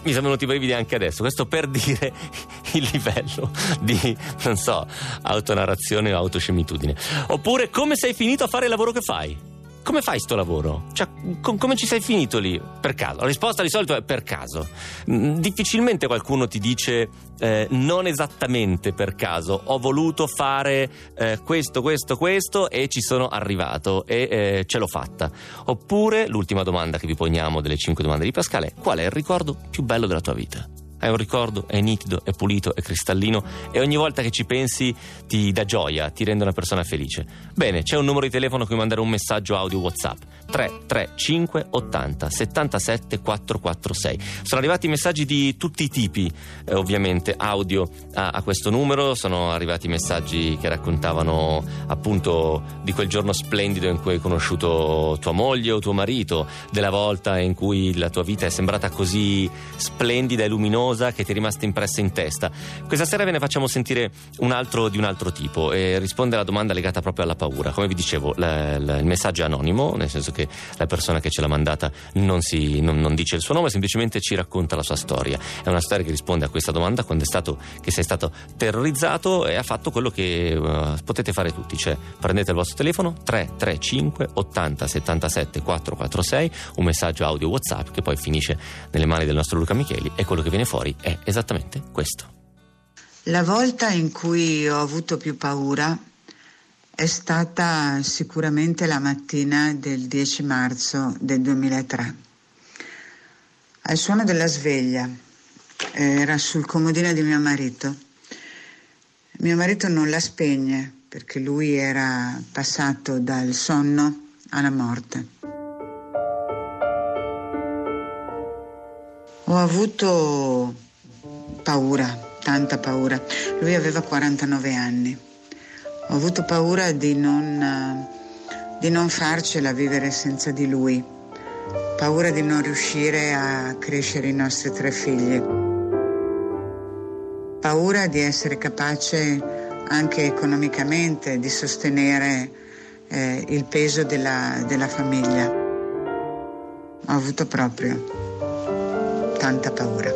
mi sono venuti i brividi anche adesso. Questo per dire il livello di, non so, autonarrazione o autoscemitudine. Oppure, come sei finito a fare il lavoro che fai? Come fai sto lavoro? Cioè, come ci sei finito lì? Per caso. La risposta di solito è per caso. Difficilmente qualcuno ti dice non esattamente per caso. Ho voluto fare questo e ci sono arrivato e ce l'ho fatta. Oppure, l'ultima domanda che vi poniamo delle 5 domande di Pascal è: qual è il ricordo più bello della tua vita? È un ricordo, è nitido, è pulito, è cristallino e ogni volta che ci pensi ti dà gioia, ti rende una persona felice. Bene, c'è un numero di telefono a cui mandare un messaggio audio WhatsApp: 335 80 77 446. Sono arrivati messaggi di tutti i tipi, ovviamente audio a questo numero. Sono arrivati messaggi che raccontavano appunto di quel giorno splendido in cui hai conosciuto tua moglie o tuo marito, della volta in cui la tua vita è sembrata così splendida e luminosa che ti è rimasta impressa in testa. Questa sera ve ne facciamo sentire un altro di un altro tipo e risponde alla domanda legata proprio alla paura. Come vi dicevo, il messaggio è anonimo, nel senso che la persona che ce l'ha mandata non dice il suo nome, semplicemente ci racconta la sua storia. È una storia che risponde a questa domanda: quando è stato che sei stato terrorizzato, e ha fatto quello che potete fare tutti, cioè prendete il vostro telefono 335 80 77 446, un messaggio audio WhatsApp che poi finisce nelle mani del nostro Luca Micheli, e quello che viene fuori è esattamente questo. La volta in cui ho avuto più paura è stata sicuramente la mattina del 10 marzo del 2003. Al suono della sveglia, era sul comodino di mio marito. Mio marito non la spegne perché lui era passato dal sonno alla morte. Ho avuto paura, tanta paura. Lui aveva 49 anni. Ho avuto paura di non farcela vivere senza di lui. Paura di non riuscire a crescere i nostri 3 figli. Paura di essere capace anche economicamente di sostenere il peso della famiglia. Ho avuto proprio tanta paura.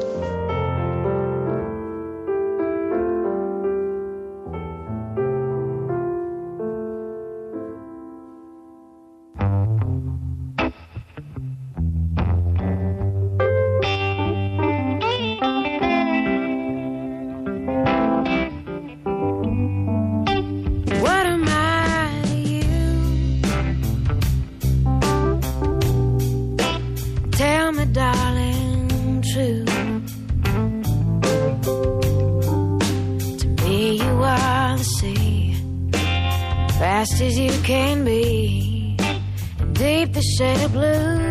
Fast as you can be, deep the shade of blue.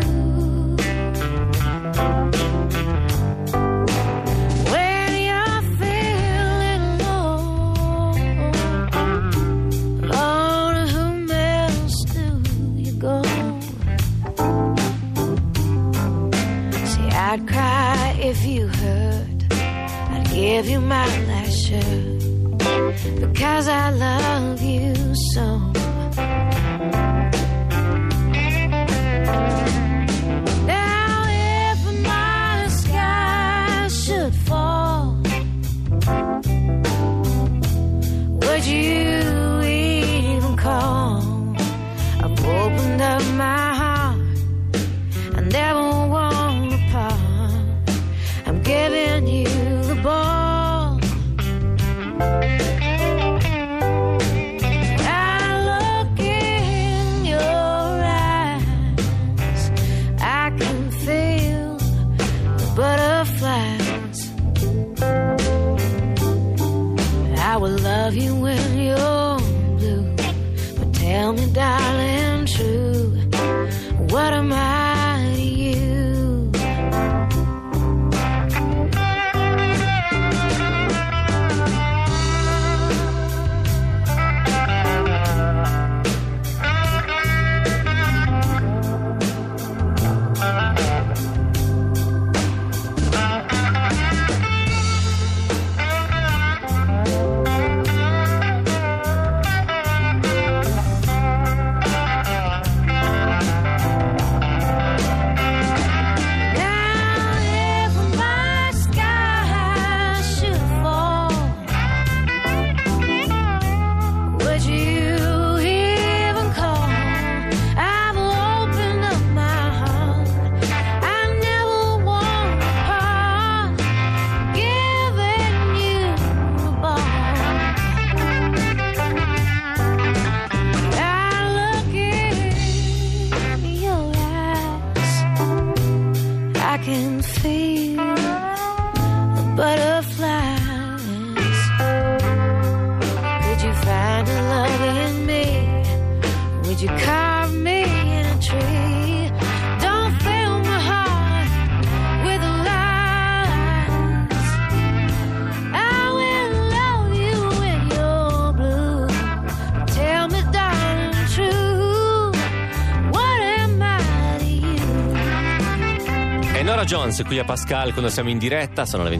When you're feeling low, oh, to whom else do you go? See, I'd cry if you hurt, I'd give you my last shirt, because I love you so. Now if my sky should fall, would you even call? I've opened up my heart, I never want to part. I'm giving you the ball. I will love you when you're blue, but tell me, darling, true, what am I to you? Nora Jones qui a Pascal quando siamo in diretta, sono le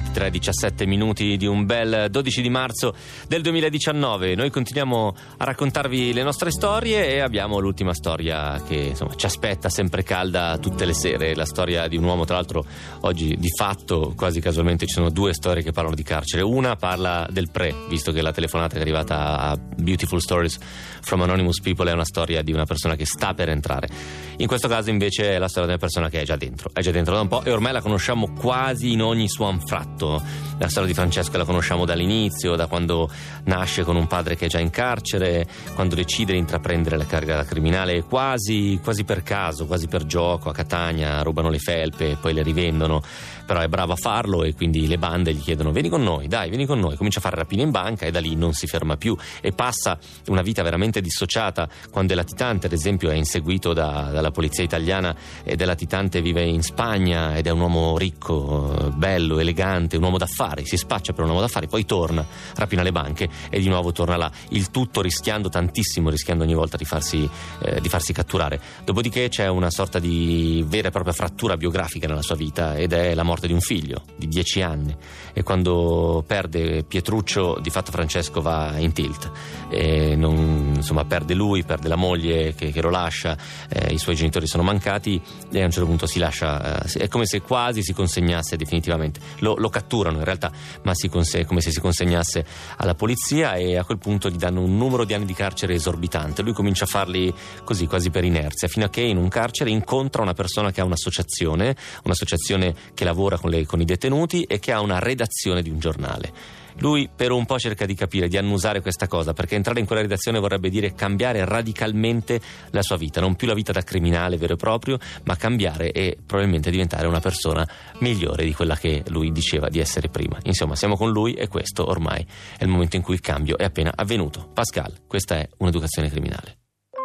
23:17 di un bel 12 di marzo del 2019. Noi continuiamo a raccontarvi le nostre storie e abbiamo l'ultima storia che insomma ci aspetta sempre calda tutte le sere, la storia di un uomo. Tra l'altro oggi di fatto quasi casualmente ci sono due storie che parlano di carcere. Una parla del visto che la telefonata è arrivata a Beautiful Stories from Anonymous People, è una storia di una persona che sta per entrare. In questo caso invece è la storia di una persona che è già dentro da un po' e ormai la conosciamo quasi in ogni suo anfratto. La storia di Francesco la conosciamo dall'inizio, da quando nasce con un padre che è già in carcere, quando decide di intraprendere la carriera criminale quasi per caso, quasi per gioco. A Catania rubano le felpe, poi le rivendono, però è bravo a farlo e quindi le bande gli chiedono vieni con noi, comincia a fare rapine in banca e da lì non si ferma più e passa una vita veramente dissociata. Quando è latitante, ad esempio, è inseguito dalla polizia italiana ed è latitante, vive in Spagna ed è un uomo ricco, bello, elegante, un uomo d'affari, si spaccia per un uomo d'affari, poi torna, rapina le banche e di nuovo torna là, il tutto rischiando tantissimo, rischiando ogni volta di farsi catturare. Dopodiché c'è una sorta di vera e propria frattura biografica nella sua vita ed è la morte di un figlio di 10 anni e quando perde Pietruccio di fatto Francesco va in tilt e perde lui, perde la moglie che lo lascia, i suoi genitori sono mancati e a un certo punto si lascia, è come se quasi si consegnasse definitivamente, lo catturano in realtà, ma è come se si consegnasse alla polizia e a quel punto gli danno un numero di anni di carcere esorbitante. Lui comincia a farli così quasi per inerzia, fino a che in un carcere incontra una persona che ha un'associazione che lavora con i detenuti e che ha una redazione di un giornale. Lui per un po' cerca di capire, di annusare questa cosa, perché entrare in quella redazione vorrebbe dire cambiare radicalmente la sua vita, non più la vita da criminale vero e proprio, ma cambiare e probabilmente diventare una persona migliore di quella che lui diceva di essere prima. Insomma, siamo con lui e questo ormai è il momento in cui il cambio è appena avvenuto. Pascal, questa è un'educazione criminale.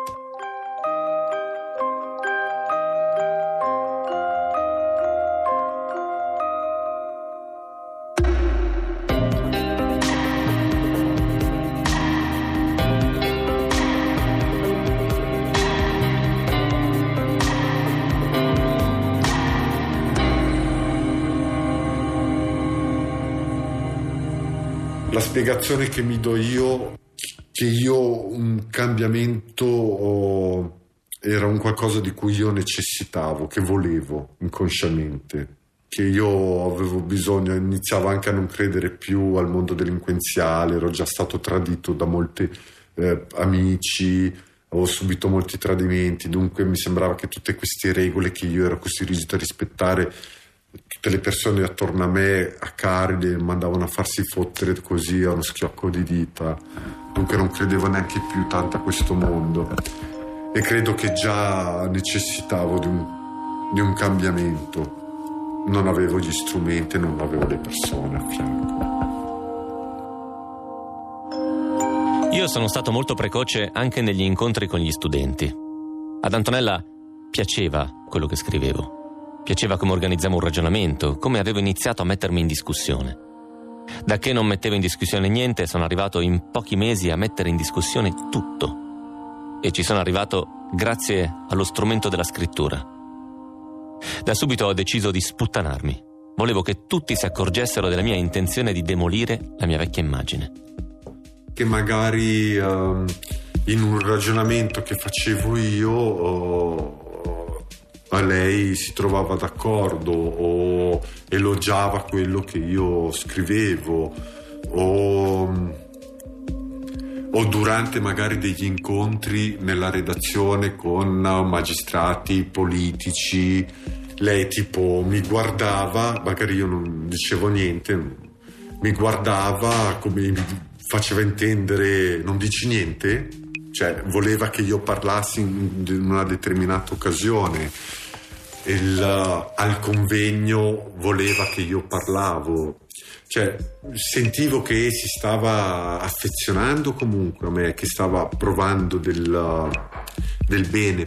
La spiegazione che mi do io, che un cambiamento era un qualcosa di cui io necessitavo, che volevo inconsciamente, che io avevo bisogno, iniziavo anche a non credere più al mondo delinquenziale, ero già stato tradito da molti amici, avevo subito molti tradimenti, dunque mi sembrava che tutte queste regole che io ero così rigido a rispettare, tutte le persone attorno a me a cariche mandavano a farsi fottere così a uno schiocco di dita, dunque non credevo neanche più tanto a questo mondo e credo che già necessitavo di un cambiamento. Non avevo gli strumenti, non avevo le persone a fianco. Io sono stato molto precoce anche negli incontri con gli studenti. Ad Antonella piaceva quello che scrivevo. Piaceva come organizzavo un ragionamento, come avevo iniziato a mettermi in discussione. Da che non mettevo in discussione niente, sono arrivato in pochi mesi a mettere in discussione tutto. E ci sono arrivato gracie allo strumento della scrittura. Da subito ho deciso di sputtanarmi. Volevo che tutti si accorgessero della mia intenzione di demolire la mia vecchia immagine. Che magari in un ragionamento che facevo io a lei si trovava d'accordo o elogiava quello che io scrivevo o durante magari degli incontri nella redazione con magistrati, politici, lei tipo mi guardava, magari io non dicevo niente, mi guardava come mi faceva intendere non dici niente, cioè voleva che io parlassi in una determinata occasione. Al convegno voleva che io parlavo, cioè sentivo che si stava affezionando comunque a me, che stava provando del bene.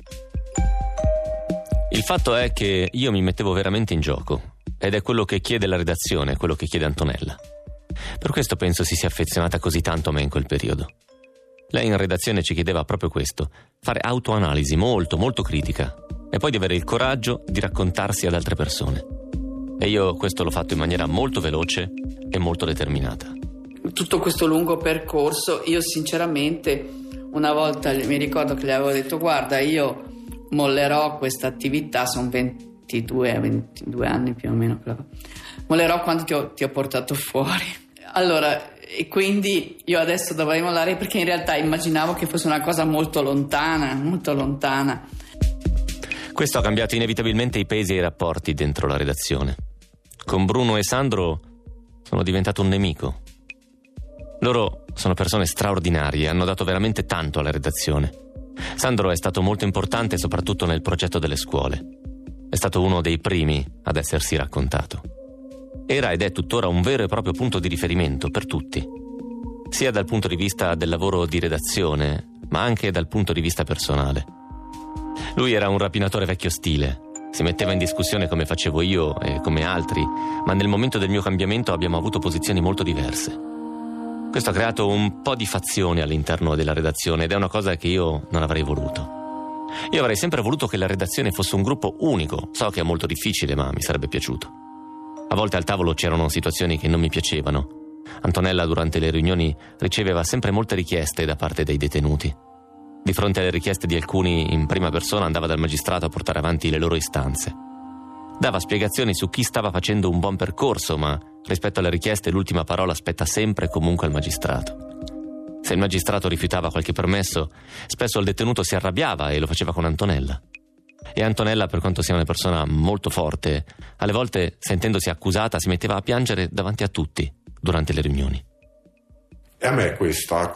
Il fatto è che io mi mettevo veramente in gioco ed è quello che chiede la redazione, quello che chiede Antonella. Per questo penso si sia affezionata così tanto a me in quel periodo. Lei in redazione ci chiedeva proprio questo, fare autoanalisi molto, molto critica. e poi di avere il coraggio di raccontarsi ad altre persone. E io questo l'ho fatto in maniera molto veloce e molto determinata. Tutto questo lungo percorso, io sinceramente una volta mi ricordo che gli avevo detto: guarda, io mollerò questa attività, sono 22 anni più o meno, mollerò quando ti ho portato fuori. Allora, e quindi io adesso dovrei mollare, perché in realtà immaginavo che fosse una cosa molto lontana, molto lontana. Questo ha cambiato inevitabilmente i pesi e i rapporti dentro la redazione. Con Bruno e Sandro sono diventato un nemico. Loro sono persone straordinarie, hanno dato veramente tanto alla redazione. Sandro è stato molto importante soprattutto nel progetto delle scuole. È stato uno dei primi ad essersi raccontato. Era ed è tuttora un vero e proprio punto di riferimento per tutti, sia dal punto di vista del lavoro di redazione, ma anche dal punto di vista personale. Lui era un rapinatore vecchio stile, si metteva in discussione come facevo io e come altri, ma nel momento del mio cambiamento abbiamo avuto posizioni molto diverse. Questo ha creato un po' di fazione all'interno della redazione ed è una cosa che io non avrei voluto. Io avrei sempre voluto che la redazione fosse un gruppo unico. So che è molto difficile, ma mi sarebbe piaciuto. A volte al tavolo c'erano situazioni che non mi piacevano. Antonella durante le riunioni riceveva sempre molte richieste da parte dei detenuti. Di fronte alle richieste di alcuni, in prima persona andava dal magistrato a portare avanti le loro istanze. Dava spiegazioni su chi stava facendo un buon percorso, ma rispetto alle richieste l'ultima parola spetta sempre e comunque al magistrato. Se il magistrato rifiutava qualche permesso, spesso il detenuto si arrabbiava e lo faceva con Antonella. E Antonella, per quanto sia una persona molto forte, alle volte, sentendosi accusata, si metteva a piangere davanti a tutti durante le riunioni. E a me questa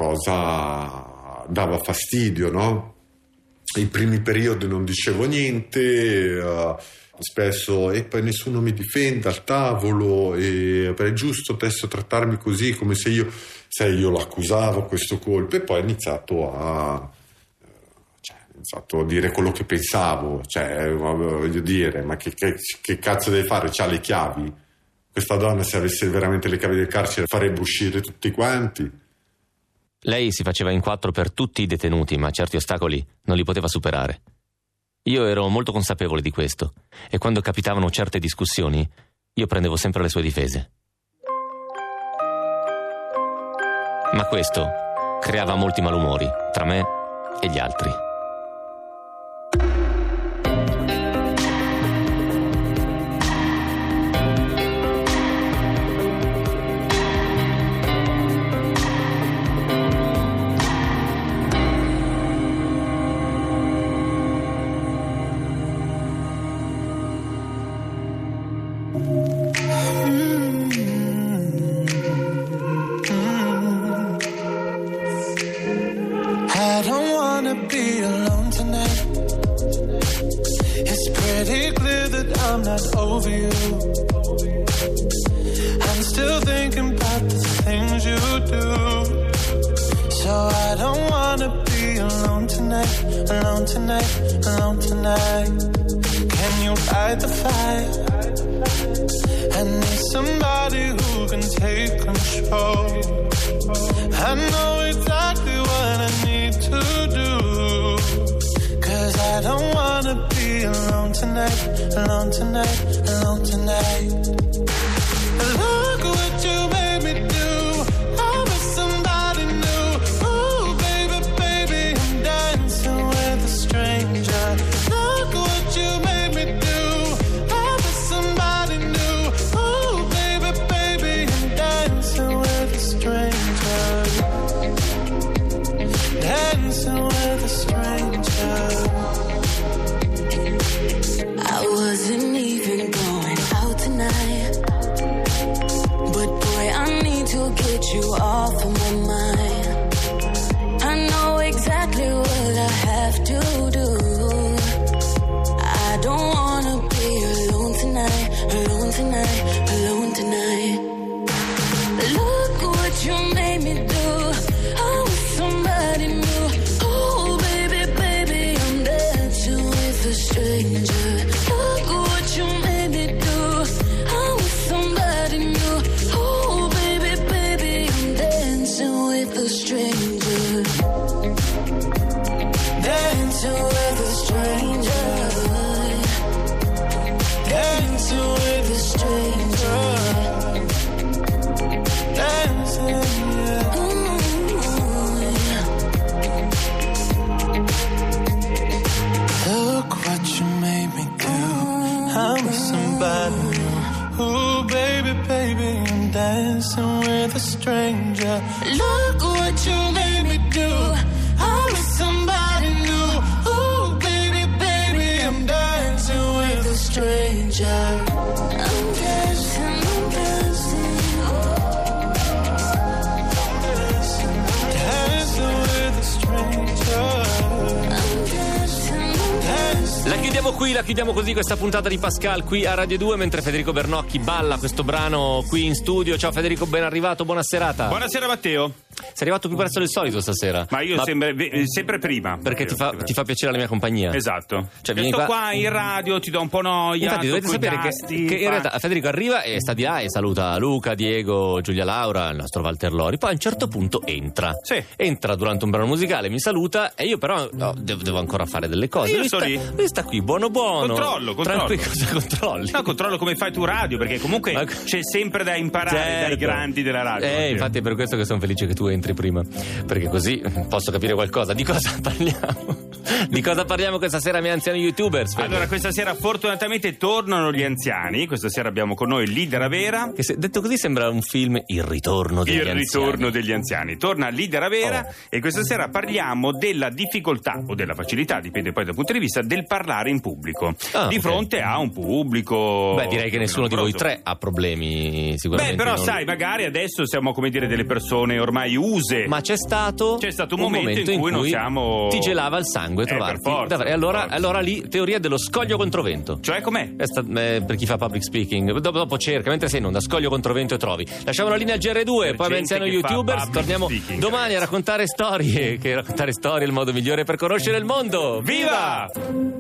cosa dava fastidio, no? I primi periodi non dicevo niente, spesso e poi nessuno mi difende al tavolo, e è giusto adesso trattarmi così come se io l'accusavo questo colpo, e poi ho iniziato a dire quello che pensavo, voglio dire, ma che cazzo deve fare? C'ha le chiavi? Questa donna, se avesse veramente le chiavi del carcere, farebbe uscire tutti quanti. Lei si faceva in quattro per tutti i detenuti, ma certi ostacoli non li poteva superare. Io ero molto consapevole di questo, e quando capitavano certe discussioni, io prendevo sempre le sue difese. Ma questo creava molti malumori tra me e gli altri. I don't wanna be alone tonight. It's pretty clear that I'm not over you. I'm still thinking about the things you do. So I don't wanna be alone tonight, alone tonight, alone tonight. Can you fight the fire? I need somebody who can take control. I know exactly what I need to do, 'cause I don't wanna be alone tonight, alone tonight, alone tonight. Look what you made me do. I'm with somebody new. Ooh, baby, baby, I'm dancing with a stranger. Look what you made me do. I'm with somebody new. Ooh, baby, baby, I'm dancing with a stranger. Dancing with a stranger. I wasn't even going out tonight, but boy, I need to get you off of my mind. I know exactly what I have to do. I don't wanna be alone tonight, alone tonight, alone tonight. Look what you made me do. I was somebody new. Oh baby, baby, I'm dancing with a stranger. Look what you made me do. I was somebody new. Oh baby, baby, I'm dancing with dancing with a stranger. Look what you made me do. I'm with somebody new. Ooh, baby, baby, I'm dancing with a stranger. I'm dancing, I'm dancing. Dancing with a stranger. La chiudiamo così questa puntata di Pascal qui a Radio 2 mentre Federico Bernocchi balla questo brano qui in studio. Ciao Federico, ben arrivato, buona serata. Buonasera Matteo. Sei arrivato più presto del solito stasera. Ma io sempre prima. Perché ti fa piacere la mia compagnia. Esatto. Cioè, sto qua in radio, ti do un po' noia. Infatti dovete sapere che in realtà Federico arriva e sta di là e saluta Luca, Diego, Giulia Laura, il nostro Walter Lori. Poi a un certo punto entra. Sì. Entra durante un brano musicale, mi saluta e io però devo ancora fare delle cose. Io sto lì. Lui sta qui, buono. Controllo. Tranquillo, cosa controlli? No, controllo come fai tu radio, perché comunque c'è sempre da imparare dai grandi della radio. Infatti è per questo che sono felice che tu entri prima, perché così posso capire qualcosa. Di cosa parliamo? Di cosa parliamo questa sera, miei anziani youtubers? Allora, questa sera fortunatamente tornano gli anziani. Questa sera abbiamo con noi Lidera Vera. Che detto così sembra un film, Il ritorno degli anziani. Il ritorno degli anziani. Torna Lidera Vera e questa sera parliamo della difficoltà o della facilità, dipende poi dal punto di vista, del parlare in pubblico. Di fronte a un pubblico. Beh, direi che nessuno di voi tre ha problemi, sicuramente. Beh, però sai, magari adesso siamo, come dire, delle persone ormai use. Ma c'è stato un momento in cui non siamo. Ti gelava il sangue trovarti. E allora lì, teoria dello scoglio controvento. Cioè com'è? Per chi fa public speaking. Dopo cerca, mentre sei in onda, scoglio controvento e trovi. Lasciamo la linea al GR2, poi anziano youtubers. Torniamo domani a raccontare storie. Che raccontare storie è il modo migliore per conoscere il mondo. Viva!